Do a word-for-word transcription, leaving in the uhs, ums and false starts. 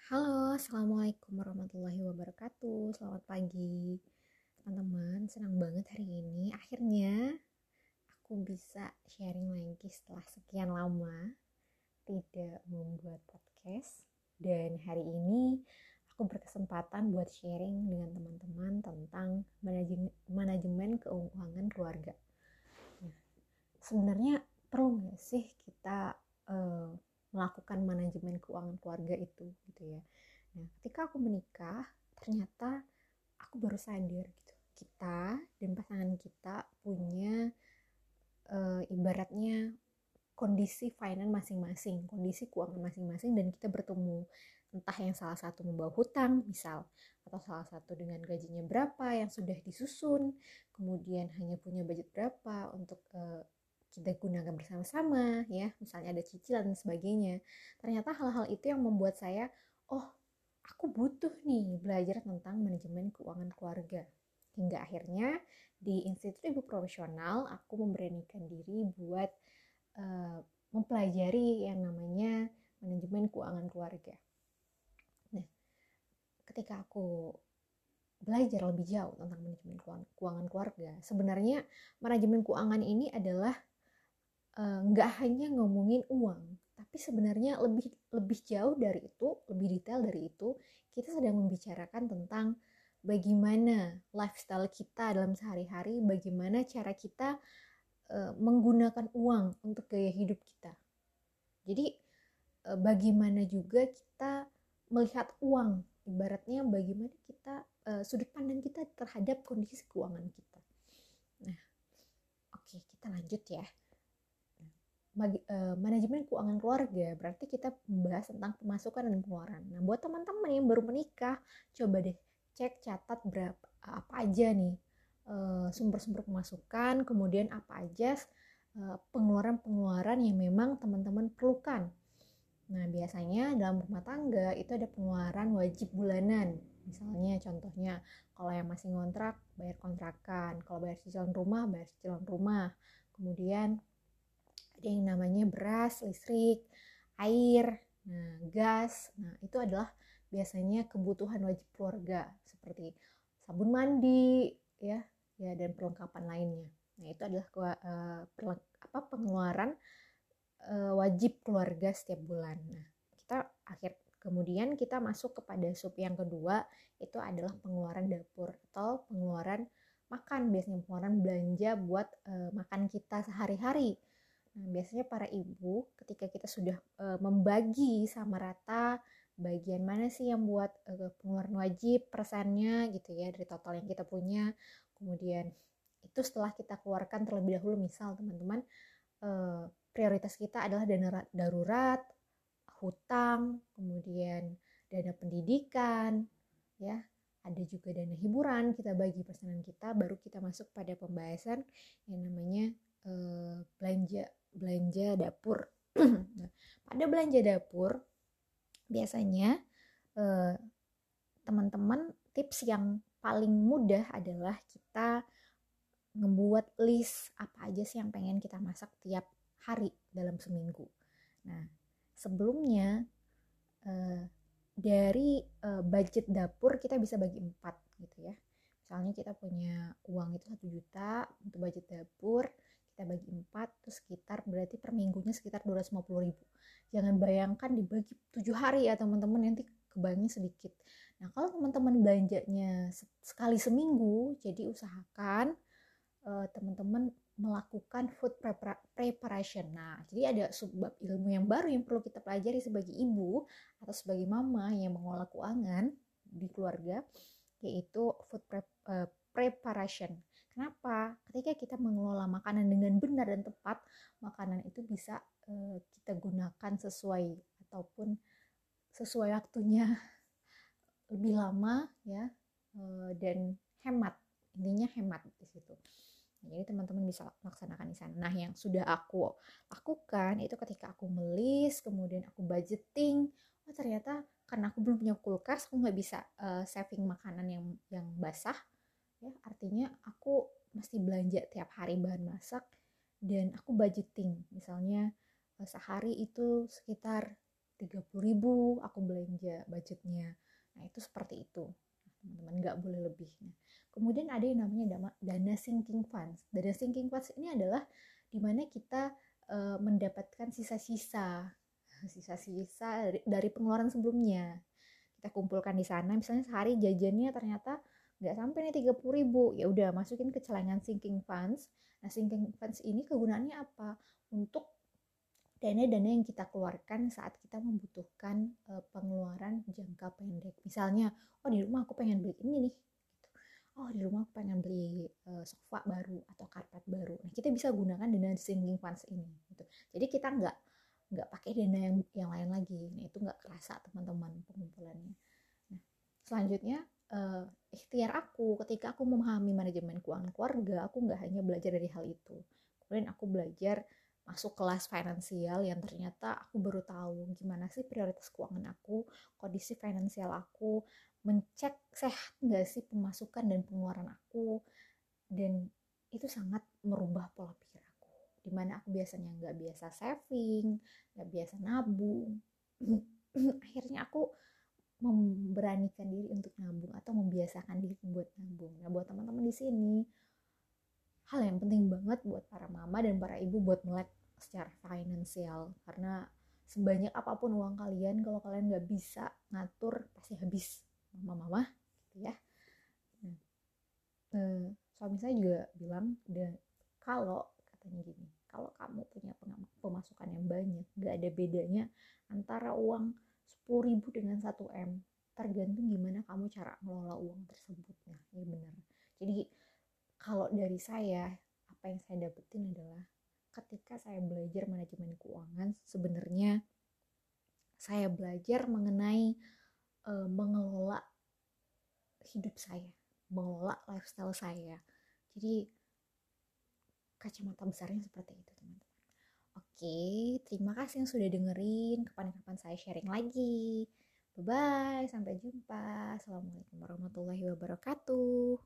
Halo, Assalamualaikum warahmatullahi wabarakatuh. Selamat pagi, teman-teman. Senang banget hari ini. Akhirnya aku bisa sharing lagi setelah sekian lama tidak membuat podcast. Dan hari ini aku berkesempatan buat sharing dengan teman-teman tentang manajemen, manajemen keuangan keluarga. Nah, sebenarnya perlu nggak sih kita uh, melakukan manajemen keuangan keluarga itu, gitu ya? Nah, ketika aku menikah, ternyata aku baru sadar gitu. Kita dan pasangan kita punya e, ibaratnya kondisi finance masing-masing, kondisi keuangan masing-masing, dan kita bertemu. Entah yang salah satu membawa hutang, misal, atau salah satu dengan gajinya berapa yang sudah disusun, kemudian hanya punya budget berapa untuk e, kita gunakan bersama-sama, ya, misalnya ada cicilan dan sebagainya. Ternyata hal-hal itu yang membuat saya, oh, aku butuh nih belajar tentang manajemen keuangan keluarga. Hingga akhirnya di Institut Ibu Profesional aku memberanikan diri buat uh, mempelajari yang namanya manajemen keuangan keluarga. Nah, ketika aku belajar lebih jauh tentang manajemen keuangan keluarga, sebenarnya manajemen keuangan ini adalah nggak uh, hanya ngomongin uang, tapi sebenarnya lebih lebih jauh dari itu, lebih detail dari itu. Kita sedang membicarakan tentang bagaimana lifestyle kita dalam sehari-hari, bagaimana cara kita uh, menggunakan uang untuk gaya hidup kita. Jadi uh, bagaimana juga kita melihat uang, ibaratnya bagaimana kita uh, sudut pandang kita terhadap kondisi keuangan kita. Nah, oke, okay, kita lanjut ya. Manajemen keuangan keluarga berarti kita membahas tentang pemasukan dan pengeluaran. Nah, buat teman-teman yang baru menikah, coba deh cek, catat berapa apa aja nih sumber-sumber pemasukan, kemudian apa aja pengeluaran-pengeluaran yang memang teman-teman perlukan. Nah, biasanya dalam rumah tangga itu ada pengeluaran wajib bulanan. Misalnya contohnya kalau yang masih ngontrak bayar kontrakan, kalau bayar cicilan rumah bayar cicilan rumah. Kemudian ada yang namanya beras, listrik, air, nah, gas. Nah, itu adalah biasanya kebutuhan wajib keluarga seperti sabun mandi, ya, ya dan perlengkapan lainnya. Nah, itu adalah uh, perleng- apa pengeluaran uh, wajib keluarga setiap bulan. Nah, kita akhir kemudian kita masuk kepada sub yang kedua, itu adalah pengeluaran dapur atau pengeluaran makan, biasanya pengeluaran belanja buat uh, makan kita sehari-hari. Nah, biasanya para ibu ketika kita sudah e, membagi sama rata bagian mana sih yang buat e, pengeluaran wajib, persennya gitu ya dari total yang kita punya. Kemudian itu setelah kita keluarkan terlebih dahulu, misal teman-teman e, prioritas kita adalah dana darurat, hutang, kemudian dana pendidikan, ya. Ada juga dana hiburan, kita bagi pesanan kita, baru kita masuk pada pembahasan yang namanya e, belanja belanja dapur. Nah, pada belanja dapur biasanya eh, teman-teman tips yang paling mudah adalah kita membuat list apa aja sih yang pengen kita masak tiap hari dalam seminggu. Nah, sebelumnya eh, dari eh, budget dapur kita bisa bagi empat gitu ya. Misalnya kita punya uang itu satu juta untuk budget dapur, kita bagi empat, itu sekitar berarti per minggunya sekitar dua ratus lima puluh ribu. Jangan bayangkan dibagi tujuh hari ya teman-teman, nanti kebayangnya sedikit. Nah, kalau teman-teman belanjanya sekali seminggu, jadi usahakan uh, teman-teman melakukan food preparation. Nah, jadi ada subbab ilmu yang baru yang perlu kita pelajari sebagai ibu atau sebagai mama yang mengolah keuangan di keluarga, yaitu food preparation. Kenapa? Ketika kita mengelola makanan dengan benar dan tepat, makanan itu bisa uh, kita gunakan sesuai ataupun sesuai waktunya lebih lama ya, uh, dan hemat. Intinya hemat di situ. Jadi teman-teman bisa laksanakan di sana. Nah, yang sudah aku lakukan itu ketika aku melis, kemudian aku budgeting. Oh, ternyata karena aku belum punya kulkas, aku nggak bisa uh, saving makanan yang yang basah. Ya, artinya aku mesti belanja tiap hari bahan masak dan aku budgeting. Misalnya uh, sehari itu sekitar tiga puluh ribu aku belanja budgetnya. Nah itu seperti itu, teman-teman, nggak boleh lebih. Nah, kemudian ada yang namanya dana sinking funds. Dana sinking funds ini adalah dimana kita e, mendapatkan sisa-sisa sisa-sisa dari, dari pengeluaran sebelumnya. Kita kumpulkan di sana, misalnya sehari jajannya ternyata nggak sampai nih tiga puluh ribu, ya udah masukin ke celengan sinking funds. Nah sinking funds ini kegunaannya apa? Untuk dana-dana yang kita keluarkan saat kita membutuhkan uh, pengeluaran jangka pendek. Misalnya, oh di rumah aku pengen beli ini nih. Oh di rumah aku pengen beli uh, sofa baru atau karpet baru. Nah kita bisa gunakan dana sinking funds ini. Gitu. Jadi kita nggak nggak pakai dana yang yang lain lagi. Nah itu nggak kerasa teman-teman pengumpulannya. Nah selanjutnya uh, ikhtiar aku ketika aku memahami manajemen keuangan keluarga, aku nggak hanya belajar dari hal itu. Kemudian aku belajar masuk kelas finansial yang ternyata aku baru tahu gimana sih prioritas keuangan aku, kondisi finansial aku, mencek sehat nggak sih pemasukan dan pengeluaran aku, dan itu sangat merubah pola pikir aku, dimana aku biasanya nggak biasa saving, nggak biasa nabung. Akhirnya aku memberanikan diri untuk nabung atau membiasakan diri buat nabung. Nah buat teman-teman di sini, hal yang penting banget buat para mama dan para ibu buat melek secara finansial, karena sebanyak apapun uang kalian, kalau kalian nggak bisa ngatur pasti habis, mama-mama gitu ya. Nah, eh, suami saya juga bilang, dan kalau katanya gini, kalau kamu punya pemasukan yang banyak, nggak ada bedanya antara uang sepuluh ribu dengan satu M, tergantung gimana kamu cara ngelola uang tersebut. Nah, ya benar. Jadi kalau dari saya, apa yang saya dapetin adalah ketika saya belajar manajemen keuangan, sebenarnya saya belajar mengenai e, mengelola hidup saya, mengelola lifestyle saya. Jadi kacamata besarnya seperti itu, teman-teman. Oke, terima kasih yang sudah dengerin. Kapan-kapan saya sharing lagi. Bye-bye, sampai jumpa. Assalamualaikum warahmatullahi wabarakatuh.